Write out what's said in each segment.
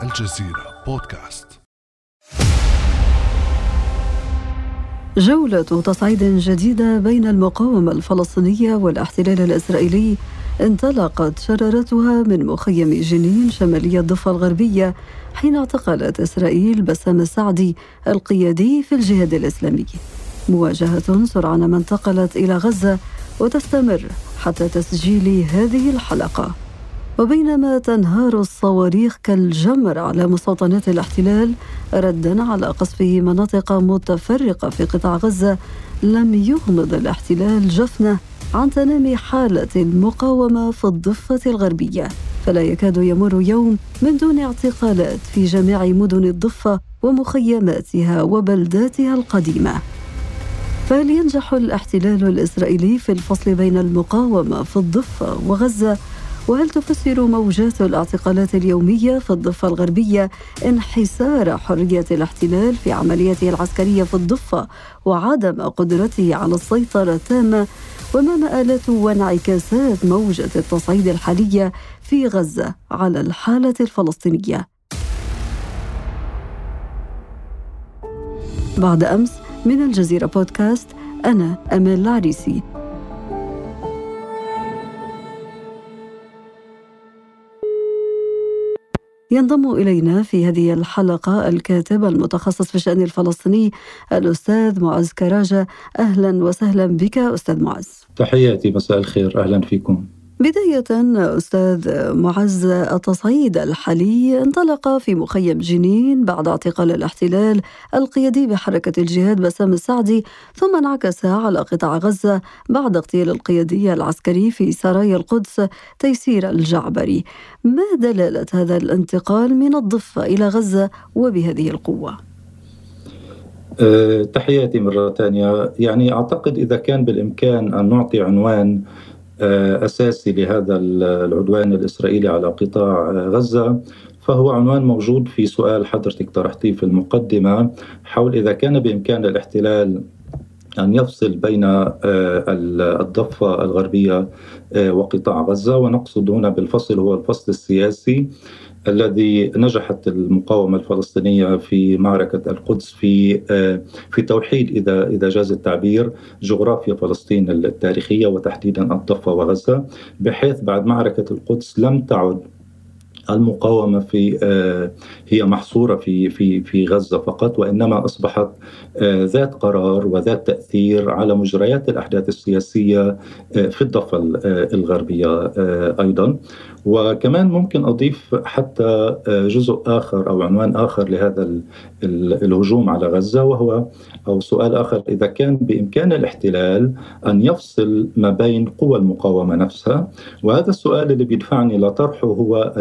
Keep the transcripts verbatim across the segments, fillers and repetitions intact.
الجزيرة بودكاست. جولة تصعيد جديدة بين المقاومة الفلسطينية والاحتلال الإسرائيلي انطلقت شرارتها من مخيم جنين شمالي الضفة الغربية، حين اعتقلت إسرائيل بسام السعدي القيادي في الجهاد الإسلامي. مواجهة سرعان ما انتقلت إلى غزة وتستمر حتى تسجيل هذه الحلقة. وبينما تنهار الصواريخ كالجمر على مستوطنات الاحتلال ردا على قصفه مناطق متفرقة في قطاع غزة، لم يغمض الاحتلال جفنه عن تنامي حالة المقاومة في الضفة الغربية، فلا يكاد يمر يوم من دون اعتقالات في جميع مدن الضفة ومخيماتها وبلداتها القديمة. فهل ينجح الاحتلال الإسرائيلي في الفصل بين المقاومة في الضفة وغزة؟ وهل تفسر موجات الاعتقالات اليومية في الضفة الغربية انحسار حرية الاحتلال في عملياته العسكرية في الضفة وعدم قدرته على السيطرة التامة؟ وما مآلات وانعكاسات موجة التصعيد الحالية في غزة على الحالة الفلسطينية؟ بعد أمس من الجزيرة بودكاست، أنا أمال العريسي. ينضم إلينا في هذه الحلقة الكاتب المتخصص في الشأن الفلسطيني الأستاذ معز كراجة. أهلا وسهلا بك أستاذ معز. تحياتي، مساء الخير، أهلا فيكم. بداية أستاذ معز، التصعيد الحالي انطلق في مخيم جنين بعد اعتقال الاحتلال القيادي بحركة الجهاد بسام السعدي، ثم انعكس على قطاع غزة بعد اغتيال القيادي العسكري في سرايا القدس تيسير الجعبري. ما دلالة هذا الانتقال من الضفة إلى غزة وبهذه القوة؟ أه، تحياتي مرة ثانية. يعني أعتقد إذا كان بالإمكان أن نعطي عنوان أساسي لهذا العدوان الإسرائيلي على قطاع غزة، فهو عنوان موجود في سؤال حضرتك طرحتيه في المقدمة حول إذا كان بإمكان الاحتلال أن يفصل بين الضفة الغربية وقطاع غزة. ونقصد هنا بالفصل هو الفصل السياسي الذي نجحت المقاومة الفلسطينية في معركة القدس في في توحيد، إذا إذا جاز التعبير، جغرافيا فلسطين التاريخية وتحديدا الضفة وغزة، بحيث بعد معركة القدس لم تعد المقاومة في هي محصورة في في في غزة فقط، وإنما أصبحت ذات قرار وذات تأثير على مجريات الأحداث السياسية في الضفة الغربية أيضا. وكمان ممكن أضيف حتى جزء آخر أو عنوان آخر لهذا الهجوم على غزة، وهو أو سؤال آخر: إذا كان بإمكان الاحتلال أن يفصل ما بين قوى المقاومة نفسها. وهذا السؤال اللي بيدفعني لطرحه هو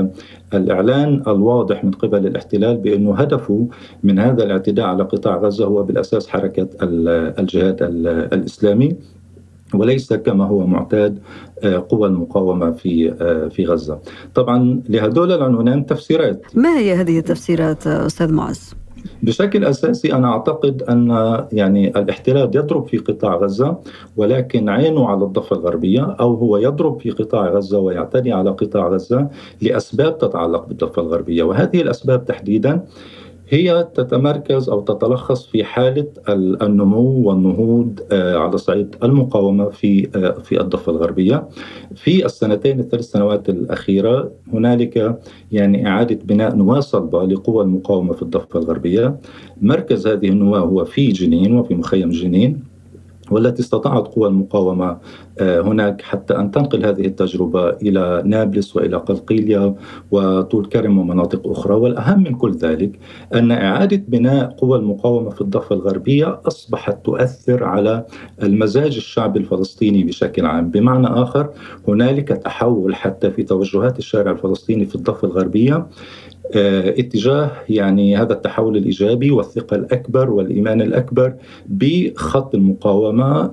الإعلان الواضح من قبل الاحتلال بأنه هدفه من هذا الاعتداء على قطاع غزة هو بالأساس حركة الجهاد الإسلامي، وليس كما هو معتاد قوى المقاومة في في غزة. طبعا لهذول العنوانين تفسيرات. ما هي هذه التفسيرات أستاذ معز؟ بشكل أساسي أنا أعتقد أن يعني الاحتلال يضرب في قطاع غزة، ولكن عينه على الضفة الغربية، أو هو يضرب في قطاع غزة ويعتدي على قطاع غزة لأسباب تتعلق بالضفة الغربية. وهذه الأسباب تحديدا هي تتمركز أو تتلخص في حالة النمو والنهوض على صعيد المقاومة في في الضفة الغربية. في السنتين الثلاث سنوات الأخيرة هنالك يعني إعادة بناء نواة صلبة لقوى المقاومة في الضفة الغربية. مركز هذه النواة هو في جنين وفي مخيم جنين، والتي استطاعت قوى المقاومة هناك حتى أن تنقل هذه التجربة إلى نابلس وإلى قلقيلية وطول كرم ومناطق أخرى. والأهم من كل ذلك أن إعادة بناء قوى المقاومة في الضفة الغربية أصبحت تؤثر على المزاج الشعبي الفلسطيني بشكل عام. بمعنى آخر، هنالك تحول حتى في توجهات الشارع الفلسطيني في الضفة الغربية اتجاه يعني هذا التحول الإيجابي والثقة الأكبر والإيمان الأكبر بخط المقاومة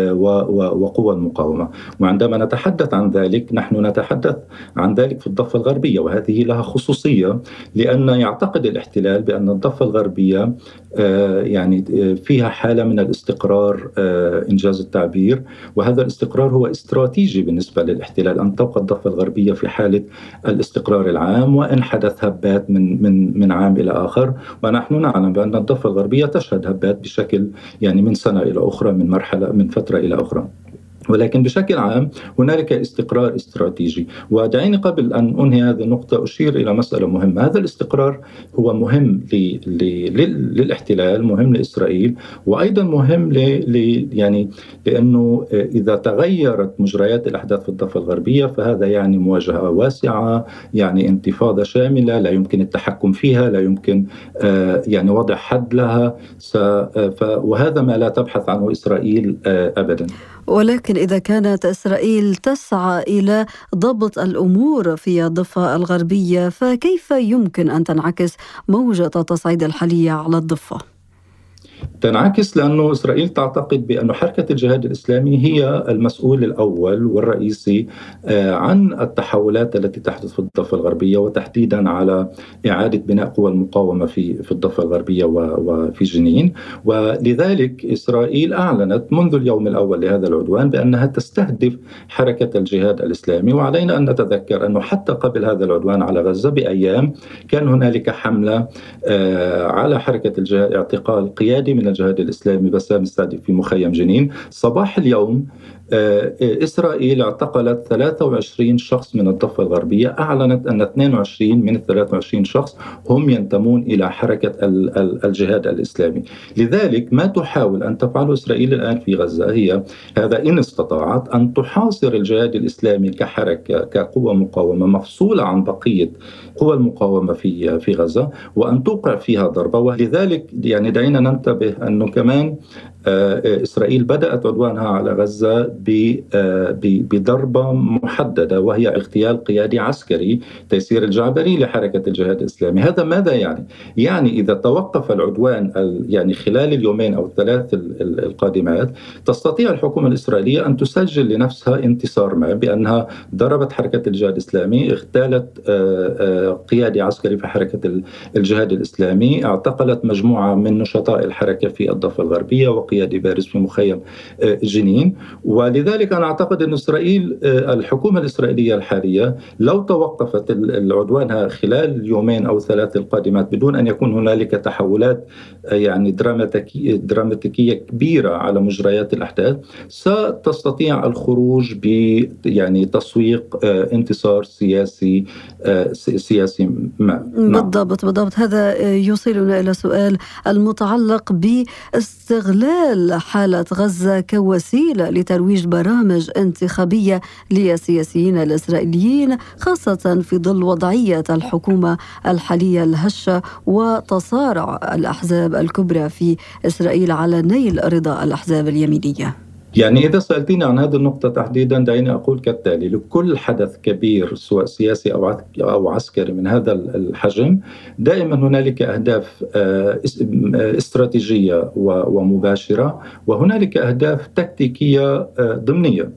وقوى المقاومة. وعندما نتحدث عن ذلك نحن نتحدث عن ذلك في الضفة الغربية، وهذه لها خصوصية لأن يعتقد الاحتلال بأن الضفة الغربية يعني فيها حالة من الاستقرار إنجاز التعبير، وهذا الاستقرار هو استراتيجي بالنسبة للاحتلال، أن تبقى الضفة الغربية في حالة الاستقرار العام، وإن حدث هبات هبات من من من عام إلى آخر، ونحن نعلم بأن الضفة الغربية تشهد هبات بشكل يعني من سنة إلى أخرى، من مرحلة من فترة إلى أخرى. ولكن بشكل عام هنالك استقرار استراتيجي. ودعيني قبل أن أنهي هذه النقطة أشير إلى مسألة مهمة. هذا الاستقرار هو مهم ل... ل... للاحتلال، مهم لإسرائيل، وأيضا مهم ل... ل... يعني لأنه إذا تغيرت مجريات الأحداث في الضفة الغربية فهذا يعني مواجهة واسعة، يعني انتفاضة شاملة لا يمكن التحكم فيها، لا يمكن آه يعني وضع حد لها، س... ف... وهذا ما لا تبحث عنه إسرائيل آه أبدا. ولكن إذا كانت إسرائيل تسعى إلى ضبط الأمور في الضفة الغربية، فكيف يمكن أن تنعكس موجة التصعيد الحالية على الضفة؟ تنعكس لأنه إسرائيل تعتقد بأن حركة الجهاد الإسلامي هي المسؤول الأول والرئيسي عن التحولات التي تحدث في الضفة الغربية، وتحديدا على إعادة بناء قوى المقاومة في في الضفة الغربية وفي جنين. ولذلك إسرائيل أعلنت منذ اليوم الأول لهذا العدوان بأنها تستهدف حركة الجهاد الإسلامي. وعلينا أن نتذكر أنه حتى قبل هذا العدوان على غزة بأيام كان هنالك حملة على حركة الجهاد، اعتقال قيادي من الجهاد الإسلامي بسام السعدي في مخيم جنين. صباح اليوم إسرائيل اعتقلت ثلاثة وعشرين شخص من الضفة الغربية، أعلنت أن اثنين وعشرين من ثلاثة وعشرين شخص هم ينتمون إلى حركة الجهاد الإسلامي. لذلك ما تحاول أن تفعله إسرائيل الآن في غزة هي هذا، إن استطاعت أن تحاصر الجهاد الإسلامي كحركة كقوة مقاومة مفصولة عن بقية قوى المقاومة في في غزة، وأن توقع فيها ضربة. ولذلك يعني دعينا ننتبه أنه كمان إسرائيل بدأت عدوانها على غزة بضربة محددة، وهي اغتيال قيادي عسكري، تيسير الجعبري لحركة الجهاد الإسلامي. هذا ماذا يعني؟ يعني إذا توقف العدوان يعني خلال اليومين أو الثلاث القادمات، تستطيع الحكومة الإسرائيلية أن تسجل لنفسها انتصار ما بأنها ضربت حركة الجهاد الإسلامي، اغتالت قيادي عسكري في حركة الجهاد الإسلامي، اعتقلت مجموعة من نشطاء الحركة في الضفة الغربية وقيادي بارز في مخيم جنين. ولذلك أنا أعتقد أن إسرائيل، الحكومة الإسرائيلية الحالية، لو توقفت العدوان خلال اليومين أو ثلاث القادمات بدون أن يكون هنالك تحولات يعني دراماتيكية دراماتيكية كبيرة على مجريات الأحداث، ستستطيع الخروج ب يعني تسويق انتصار سياسي سياسي ما. بالضبط بالضبط. هذا يوصلنا إلى سؤال المتعلق باستغلال حالة غزة كوسيلة لترويج برامج انتخابية للسياسيين الإسرائيليين، خاصة في ظل وضعية الحكومة الحالية الهشة وتصارع الأحزاب الكبرى في إسرائيل على نيل رضا الأحزاب اليمينية. يعني إذا سألتني عن هذه النقطة تحديدا، دعيني أقول كالتالي: لكل حدث كبير سواء سياسي أو عسكري من هذا الحجم دائما هنالك أهداف استراتيجية ومباشرة، وهنالك أهداف تكتيكية ضمنية.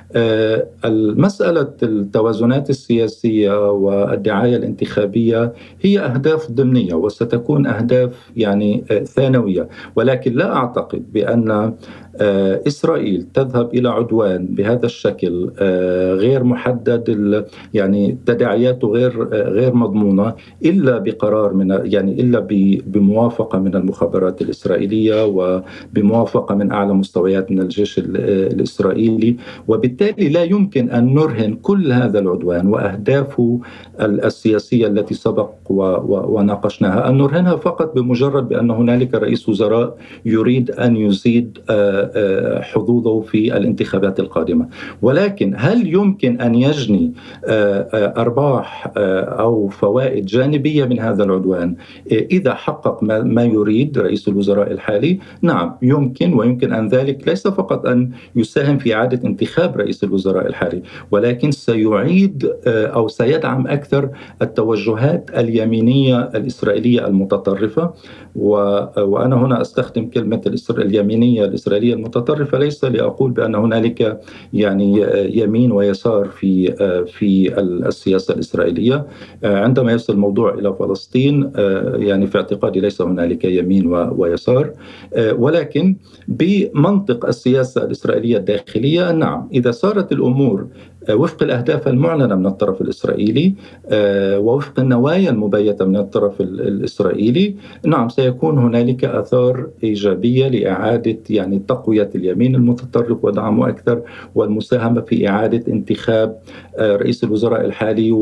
المسألة التوازنات السياسية والدعاية الانتخابية هي أهداف ضمنية وستكون أهداف يعني ثانوية، ولكن لا أعتقد بأن إسرائيل تذهب إلى عدوان بهذا الشكل غير محدد، يعني تداعياته غير غير مضمونة، إلا بقرار من يعني إلا بموافقة من المخابرات الإسرائيلية وبموافقة من أعلى مستويات من الجيش الإسرائيلي. وبالتالي لا يمكن أن نرهن كل هذا العدوان وأهدافه السياسية التي سبق وناقشناها، أن نرهنها فقط بمجرد بأن هنالك رئيس وزراء يريد أن يزيد حظوظه في الانتخابات القادمة. ولكن هل يمكن أن يجني أرباح أو فوائد جانبية من هذا العدوان إذا حقق ما يريد رئيس الوزراء الحالي؟ نعم يمكن، ويمكن أن ذلك ليس فقط أن يساهم في إعادة انتخاب رئيس الوزراء الحالي، ولكن سيعيد أو سيدعم أكثر التوجهات اليمينية الإسرائيلية المتطرفة. وأنا هنا أستخدم كلمة اليمينية الإسرائيلية المتطرفة ليس لأقول بأن هنالك يعني يمين ويسار في في السياسة الإسرائيلية. عندما يصل الموضوع إلى فلسطين يعني في اعتقادي ليس هنالك يمين ويسار، ولكن بمنطق السياسة الإسرائيلية الداخلية نعم، إذا صارت الأمور وفق الأهداف المعلنة من الطرف الإسرائيلي ووفق النوايا المبيتة من الطرف الإسرائيلي، نعم سيكون هنالك آثار إيجابية لإعادة يعني تقوية اليمين المتطرف ودعمه أكثر، والمساهمة في إعادة انتخاب رئيس الوزراء الحالي،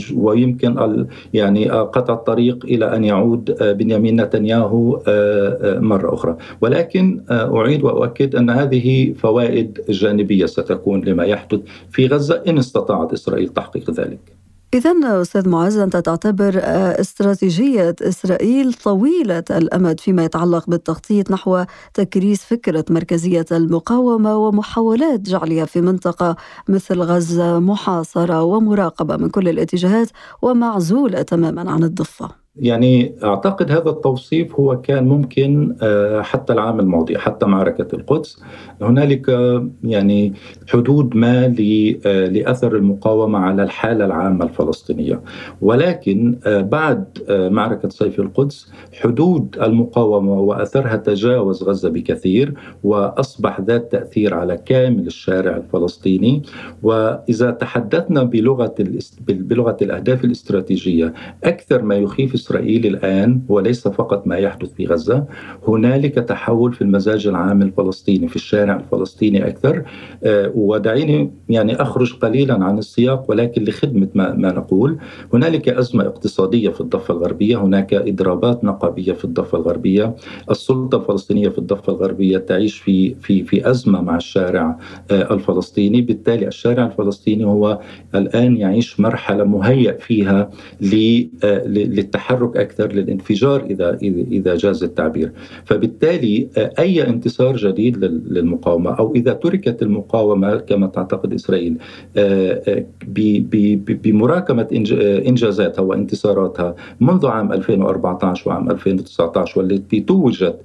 ويمكن يعني قطع الطريق إلى أن يعود بنيامين نتنياهو مرة أخرى. ولكن أعيد وأؤكد أن هذه فوائد جانبية ستكون لما يحدث في غزة إن استطاعت إسرائيل تحقيق ذلك. إذن أستاذ معز، أنت تعتبر استراتيجية إسرائيل طويلة الأمد فيما يتعلق بالتخطيط نحو تكريس فكرة مركزية المقاومة ومحاولات جعلها في منطقة مثل غزة محاصرة ومراقبة من كل الاتجاهات ومعزولة تماما عن الضفة. يعني أعتقد هذا التوصيف هو كان ممكن حتى العام الماضي، حتى معركة القدس هنالك يعني حدود ما لأثر المقاومة على الحالة العامة الفلسطينية، ولكن بعد معركة صيف القدس حدود المقاومة وأثرها تجاوز غزة بكثير وأصبح ذات تأثير على كامل الشارع الفلسطيني. وإذا تحدثنا بلغة بلغة الأهداف الاستراتيجية، أكثر ما يخيف إسرائيل الآن وليس فقط ما يحدث في غزة، هنالك تحول في المزاج العام الفلسطيني في الشارع الفلسطيني أكثر. أه ودعيني يعني أخرج قليلا عن السياق ولكن لخدمة ما, ما نقول. هنالك أزمة اقتصادية في الضفة الغربية، هناك إضرابات نقابية في الضفة الغربية، السلطة الفلسطينية في الضفة الغربية تعيش في في في أزمة مع الشارع أه الفلسطيني. بالتالي الشارع الفلسطيني هو الآن يعيش مرحلة مهيأ فيها للتحرك أكثر، للانفجار إذا إذا جاز التعبير. فبالتالي أي انتصار جديد للمقاومة أو إذا تركت المقاومة كما تعتقد إسرائيل بمراكمة إنجازاتها وانتصاراتها منذ عام ألفين وأربعة عشر وعام ألفين وتسعة عشر والتي توجت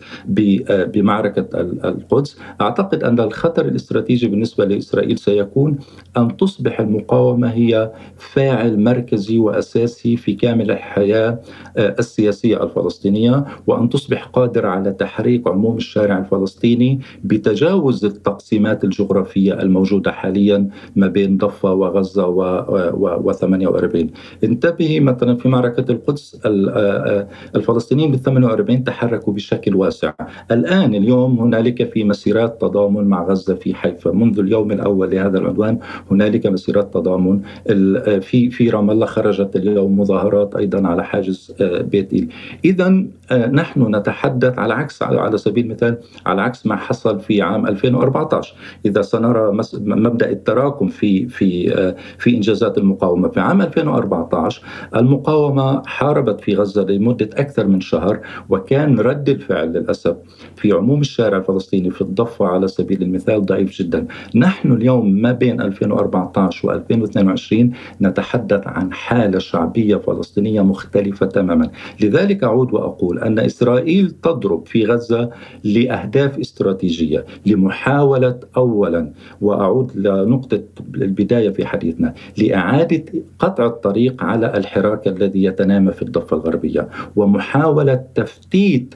بمعركة القدس، أعتقد أن الخطر الاستراتيجي بالنسبة لإسرائيل سيكون أن تصبح المقاومة هي فاعل مركزي وأساسي في كامل الحياة السياسية الفلسطينية، وأن تصبح قادرة على تحريك عموم الشارع الفلسطيني بتجاوز التقسيمات الجغرافية الموجودة حاليا ما بين ضفة وغزة وثمانية وأربعين. انتبهي مثلا في معركة القدس الفلسطينيين بالثمانية وأربعين تحركوا بشكل واسع. الآن اليوم هنالك في مسيرات تضامن مع غزة في حيفا، منذ اليوم الأول لهذا العدوان هنالك مسيرات تضامن. في في رام الله خرجت اليوم مظاهرات أيضا على حاجز بيت إيل. إذن نحن نتحدث على عكس على سبيل المثال على عكس ما حصل في عام ألفين وأربعة عشر. إذا سنرى مبدأ التراكم في في في إنجازات المقاومة، في عام ألفين وأربعة عشر المقاومة حاربت في غزة لمدة أكثر من شهر، وكان رد الفعل للأسف في عموم الشارع الفلسطيني في الضفة على سبيل المثال ضعيف جدا. نحن اليوم ما بين ألفين وأربعة عشر وألفين واثنين وعشرين نتحدث عن حالة شعبية فلسطينية مختلفة تماما. لذلك أعود وأقول أن إسرائيل تضرب في غزة لأهداف استراتيجية، لمحاولة أولا، وأعود لنقطة البداية في حديثنا، لإعادة قطع الطريق على الحراك الذي يتنامى في الضفة الغربية، ومحاولة تفتيت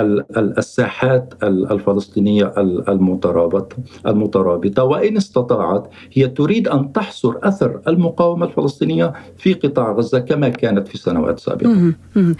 الساحات الفلسطينية المترابطة المترابطة وإن استطاعت هي تريد أن تحصر أثر المقاومة الفلسطينية في قطاع غزة كما كانت في سنوات سابقة.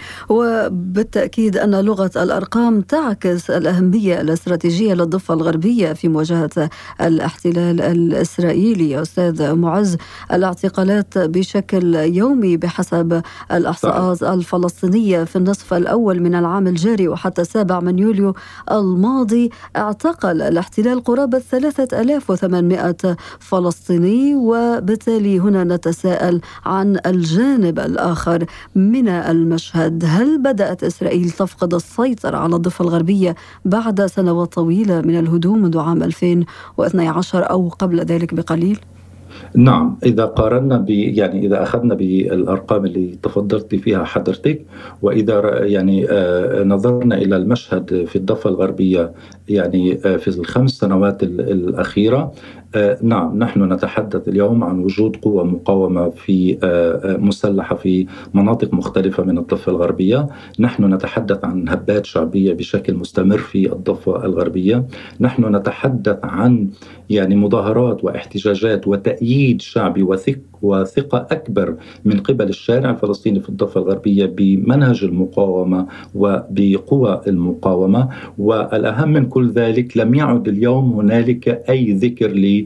وبالتأكيد أن لغة الأرقام تعكس الأهمية الاستراتيجية للضفة الغربية في مواجهة الاحتلال الإسرائيلي. أستاذ معز، الاعتقالات بشكل يومي بحسب الإحصاءات الفلسطينية في النصف الأول من العام الجاري وحتى السابع من يوليو الماضي اعتقل الاحتلال قرابة ثلاثة آلاف وثمانمائة فلسطيني، وبالتالي هنا نتساءل عن الجانب الآخر من المشهد. هل بدأت إسرائيل تفقد السيطرة على الضفة الغربية بعد سنوات طويلة من الهدوء منذ عام ألفين واثني عشر أو قبل ذلك بقليل؟ نعم، إذا قارنا ب يعني إذا أخذنا بالأرقام اللي تفضلت فيها حضرتك، وإذا يعني نظرنا إلى المشهد في الضفة الغربية يعني في الخمس سنوات الأخيرة، نعم نحن نتحدث اليوم عن وجود قوى مقاومة في مسلحة في مناطق مختلفة من الضفة الغربية. نحن نتحدث عن هبات شعبية بشكل مستمر في الضفة الغربية. نحن نتحدث عن يعني مظاهرات واحتجاجات وتأييد شعبي وثق وثقة أكبر من قبل الشارع الفلسطيني في الضفة الغربية بمنهج المقاومة وبقوى المقاومة. والأهم من كل ذلك، لم يعد اليوم هنالك أي ذكر ل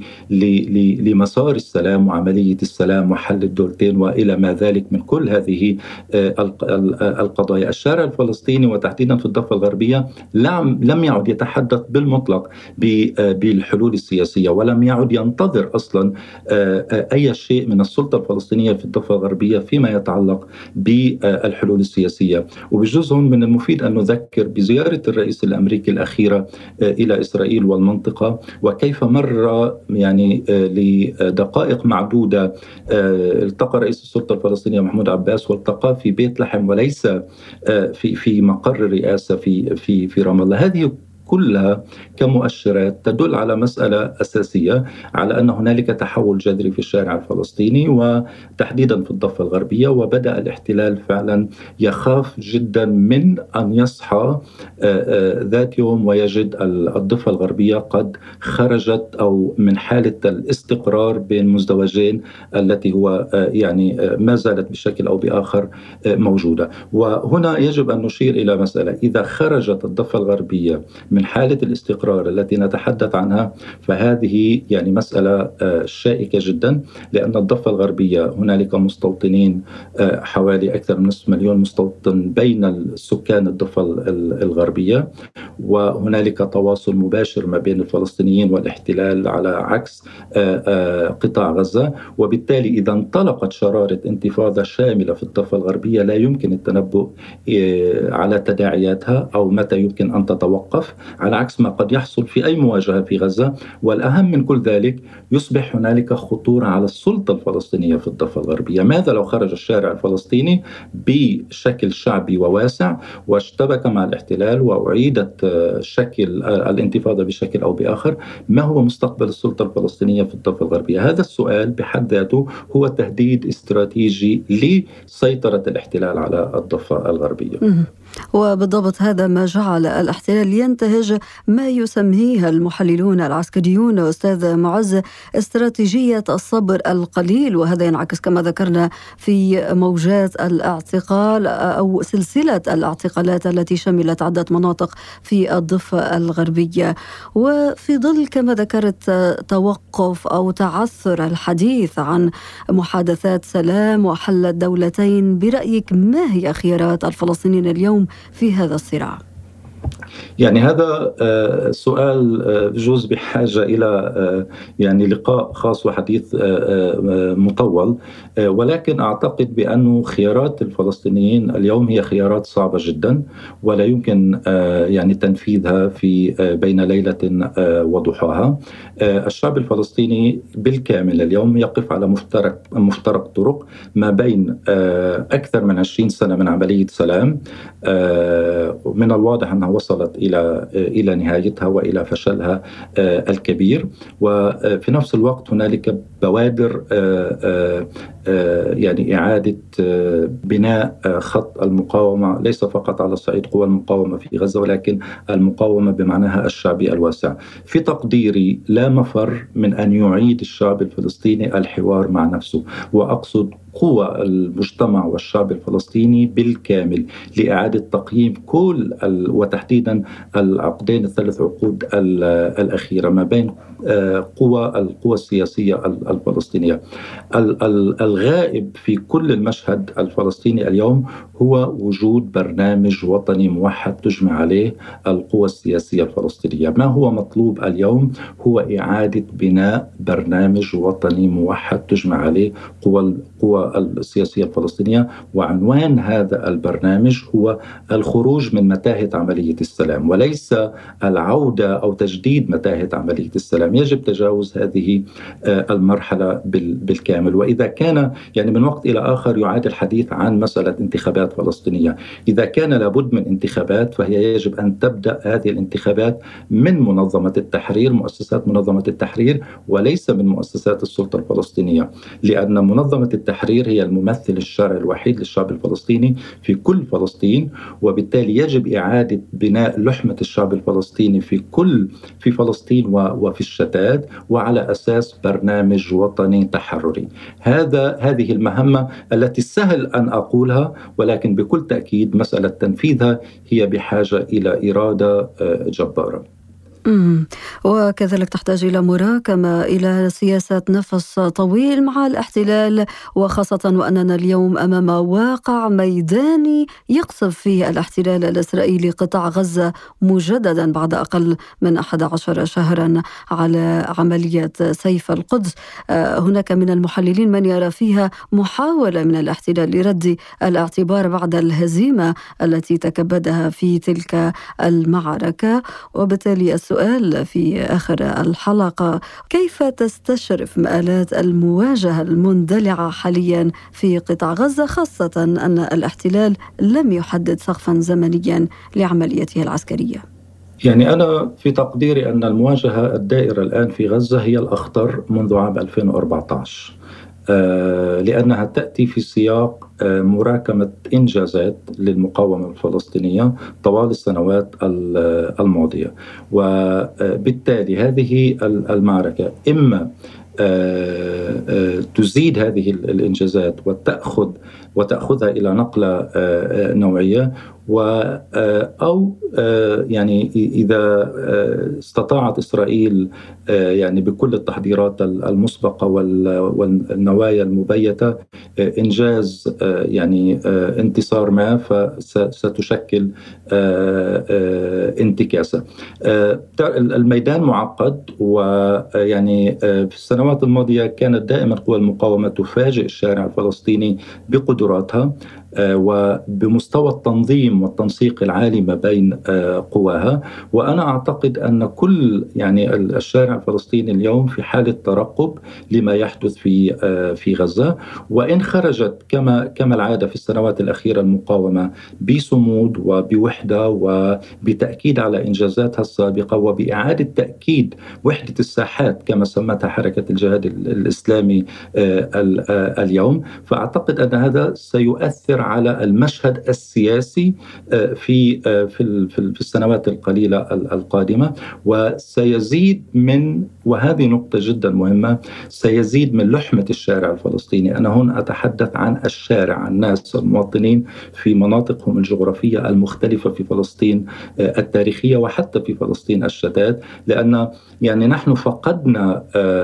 لمسار السلام وعملية السلام وحل الدولتين وإلى ما ذلك من كل هذه القضايا. الشارع الفلسطيني وتحديدا في الضفة الغربية لم يعد يتحدث بالمطلق بالحلول السياسية، ولم يعد ينتظر أصلا أي شيء من السلطة الفلسطينية في الضفة الغربية فيما يتعلق بالحلول السياسية. وبجزء من المفيد أن نذكر بزيارة الرئيس الأمريكي الأخيرة إلى إسرائيل والمنطقة، وكيف مر يعني لدقائق معدودة التقى رئيس السلطة الفلسطينية محمود عباس والتقى في بيت لحم وليس في في مقر الرئاسة في في في رام الله. هذه كلها كمؤشرات تدل على مسألة أساسية، على أن هنالك تحول جذري في الشارع الفلسطيني وتحديدا في الضفة الغربية، وبدأ الاحتلال فعلا يخاف جدا من أن يصحى ذات يوم ويجد الضفة الغربية قد خرجت أو من حالة الاستقرار بين مزدوجين التي هو يعني ما زالت بشكل أو بآخر موجودة. وهنا يجب أن نشير إلى مسألة: إذا خرجت الضفة الغربية من حالة الاستقرار التي نتحدث عنها، فهذه يعني مسألة شائكة جدا، لأن الضفة الغربية هنالك مستوطنين حوالي أكثر من نصف مليون مستوطن بين السكان الضفة الغربية، وهنالك تواصل مباشر ما بين الفلسطينيين والاحتلال على عكس قطاع غزة. وبالتالي إذا انطلقت شرارة انتفاضة شاملة في الضفة الغربية لا يمكن التنبؤ على تداعياتها أو متى يمكن أن تتوقف، على عكس ما قد يحصل في أي مواجهة في غزة. والأهم من كل ذلك، يصبح هنالك خطورة على السلطة الفلسطينية في الضفة الغربية. ماذا لو خرج الشارع الفلسطيني بشكل شعبي وواسع واشتبك مع الاحتلال وأعيدت شكل الانتفاضة بشكل أو بآخر؟ ما هو مستقبل السلطة الفلسطينية في الضفة الغربية؟ هذا السؤال بحد ذاته هو تهديد استراتيجي لسيطرة الاحتلال على الضفة الغربية. وبالضبط هذا ما جعل الاحتلال ينتهج ما يسميه المحللون العسكريون أستاذ معز استراتيجية الصبر القليل، وهذا ينعكس كما ذكرنا في موجات الاعتقال أو سلسلة الاعتقالات التي شملت عدة مناطق في الضفة الغربية. وفي ظل كما ذكرت توقف أو تعثر الحديث عن محادثات سلام وحل الدولتين، برأيك ما هي خيارات الفلسطينيين اليوم في هذا الصراع؟ يعني هذا سؤال جوز بحاجة إلى يعني لقاء خاص وحديث مطول، ولكن أعتقد بأن خيارات الفلسطينيين اليوم هي خيارات صعبة جدا ولا يمكن يعني تنفيذها في بين ليلة وضحاها. الشعب الفلسطيني بالكامل اليوم يقف على مفترق مفترق طرق ما بين أكثر من عشرين سنة من عملية سلام من الواضح أنها وصلت إلى إلى نهايتها وإلى فشلها الكبير، وفي نفس الوقت هنالك بوادر يعني إعادة بناء خط المقاومة، ليس فقط على صعيد قوى المقاومة في غزة ولكن المقاومة بمعناها الشعبي الواسع. في تقديري لا مفر من أن يعيد الشعب الفلسطيني الحوار مع نفسه، وأقصد قوى المجتمع والشعب الفلسطيني بالكامل لإعادة تقييم كل وتحديدا العقدين الثلاث عقود الأخيرة ما بين قوى القوى السياسية الفلسطينية. الغائب في كل المشهد الفلسطيني اليوم هو وجود برنامج وطني موحد تجمع عليه القوى السياسية الفلسطينية. ما هو مطلوب اليوم هو إعادة بناء برنامج وطني موحد تجمع عليه قوى قوى السلطة السياسية الفلسطينية، وعنوان هذا البرنامج هو الخروج من متاهة عملية السلام وليس العودة أو تجديد متاهة عملية السلام. يجب تجاوز هذه المرحلة بالكامل. وإذا كان يعني من وقت إلى آخر يعاد الحديث عن مسألة انتخابات فلسطينية، إذا كان لابد من انتخابات فهي يجب أن تبدأ هذه الانتخابات من منظمة التحرير، مؤسسات منظمة التحرير، وليس من مؤسسات السلطة الفلسطينية، لأن منظمة التحرير هي الممثل الشرعي الوحيد للشعب الفلسطيني في كل فلسطين، وبالتالي يجب إعادة بناء لحمة الشعب الفلسطيني في كل في فلسطين وفي الشتات، وعلى أساس برنامج وطني تحرري. هذا هذه المهمة التي سهل أن أقولها، ولكن بكل تأكيد مسألة تنفيذها هي بحاجة إلى إرادة جبارة. مم. وكذلك تحتاج إلى مراكمة، إلى سياسة نفس طويل مع الاحتلال، وخاصة وأننا اليوم أمام واقع ميداني يقصف فيه الاحتلال الإسرائيلي قطاع غزة مجددا بعد أقل من أحد عشر شهرا على عملية سيف القدس. هناك من المحللين من يرى فيها محاولة من الاحتلال لرد الاعتبار بعد الهزيمة التي تكبدها في تلك المعركة. وبالتالي السؤال في آخر الحلقة: كيف تستشرف مآلات المواجهة المندلعة حاليا في قطاع غزة، خاصة أن الاحتلال لم يحدد سقفا زمنيا لعمليته العسكرية؟ يعني أنا في تقديري أن المواجهة الدائرة الآن في غزة هي الأخطر منذ عام ألفين وأربعة عشر، لأنها تأتي في سياق مراكمة إنجازات للمقاومة الفلسطينية طوال السنوات الماضية، وبالتالي هذه المعركة إما تزيد هذه الإنجازات وتأخذ وتأخذها إلى نقلة نوعية، أو يعني إذا استطاعت إسرائيل يعني بكل التحضيرات المسبقة والنوايا المبيتة إنجاز يعني انتصار ما، فستشكل انتكاسة. الميدان معقد، ويعني في السنوات الماضية كانت دائما قوى المقاومة تفاجئ الشارع الفلسطيني بقدراتها وبمستوى التنظيم والتنسيق العالي ما بين قواها. وأنا أعتقد أن كل يعني الشارع الفلسطيني اليوم في حالة ترقب لما يحدث في في غزة، وإن خرجت كما كما العادة في السنوات الأخيرة المقاومة بصمود وبوحدة وبتأكيد على إنجازاتها السابقة وبإعادة تأكيد وحدة الساحات كما سمتها حركة الجهاد الإسلامي اليوم، فأعتقد أن هذا سيؤثر على المشهد السياسي في في في السنوات القليلة القادمة، وسيزيد من، وهذه نقطة جدا مهمة، سيزيد من لحمة الشارع الفلسطيني. أنا هنا أتحدث عن الشارع، الناس المواطنين في مناطقهم الجغرافية المختلفة في فلسطين التاريخية وحتى في فلسطين الشتات، لأن يعني نحن فقدنا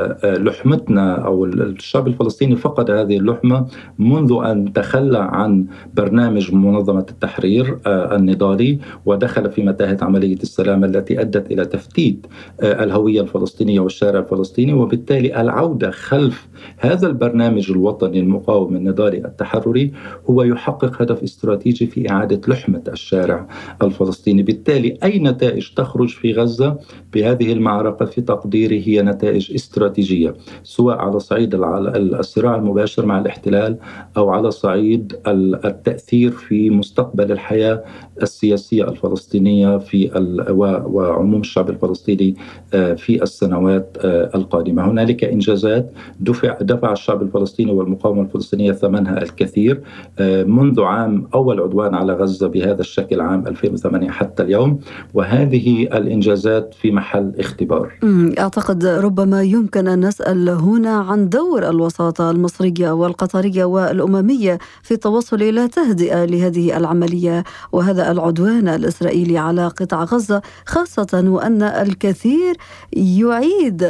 لحمتنا، أو الشعب الفلسطيني فقد هذه اللحمة منذ أن تخلى عن برنامج منظمة التحرير النضالي ودخل في متاهة عملية السلام التي أدت إلى تفتيت الهوية الفلسطينية والشارع الفلسطيني. وبالتالي العودة خلف هذا البرنامج الوطني المقاوم النضالي التحرري هو يحقق هدف استراتيجي في إعادة لحمة الشارع الفلسطيني. بالتالي أي نتائج تخرج في غزة بهذه المعركة في تقديري هي نتائج استراتيجية، سواء على صعيد الصراع المباشر مع الاحتلال أو على صعيد التأثير في مستقبل الحياة السياسية الفلسطينية في وعموم الشعب الفلسطيني في السنوات القادمة. هنالك إنجازات دفع دفع الشعب الفلسطيني والمقاومة الفلسطينية ثمنها الكثير منذ عام أول عدوان على غزة بهذا الشكل عام ألفين وثمانية حتى اليوم، وهذه الإنجازات في محل اختبار. أعتقد ربما يمكن أن نسأل هنا عن دور الوساطة المصرية والقطرية والأممية في التوصل إلى تهدئة لهذه العملية وهذا العدوان الإسرائيلي على قطاع غزة، خاصة وأن الكثير يعيد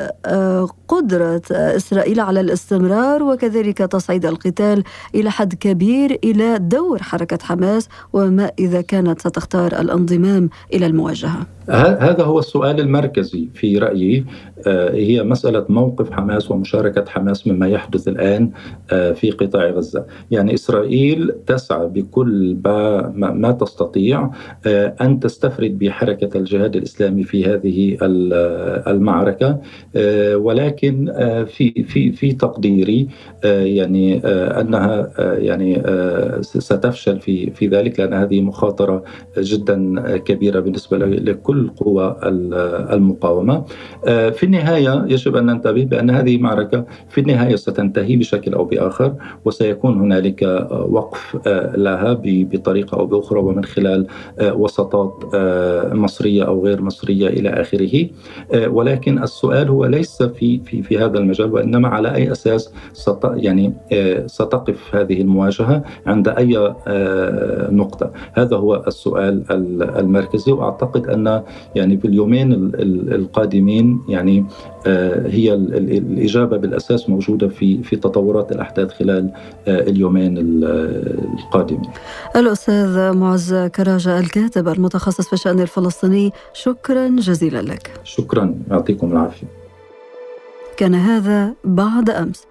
قدرة إسرائيل على الاستمرار وكذلك تصعيد القتال إلى حد كبير إلى دور حركة حماس، وما إذا كانت ستختار الانضمام إلى المواجهة. هذا هو السؤال المركزي في رأيي. هي مسألة موقف حماس ومشاركة حماس مما يحدث الآن في قطاع غزة. يعني إسرائيل تسعى بكل ما تستطيع أن تستفرد بحركة الجهاد الإسلامي في هذه المعركة، ولكن في في في تقديري يعني أنها يعني ستفشل في في ذلك، لأن هذه مخاطرة جدا كبيرة بالنسبة لكل قوى المقاومة. في النهاية يجب أن ننتبه بأن هذه معركة في النهاية ستنتهي بشكل أو بآخر، وسيكون هنالك وقف لها بطريقة أو بأخرى ومن خلال وساطات مصرية أو غير مصرية إلى آخره. ولكن السؤال هو ليس في في في هذا المجال، وإنما على أي أساس ست يعني ستقف هذه المواجهة، عند أي نقطة. هذا هو السؤال المركزي، وأعتقد أن يعني في اليومين القادمين يعني هي الإجابة بالأساس موجودة في في تطورات الأحداث خلال اليومين القادمين. الأستاذ معز كراجة الكاتب المتخصص في الشأن الفلسطيني، شكرا جزيلا لك. شكرا، يعطيكم العافية. كان هذا بعد أمس.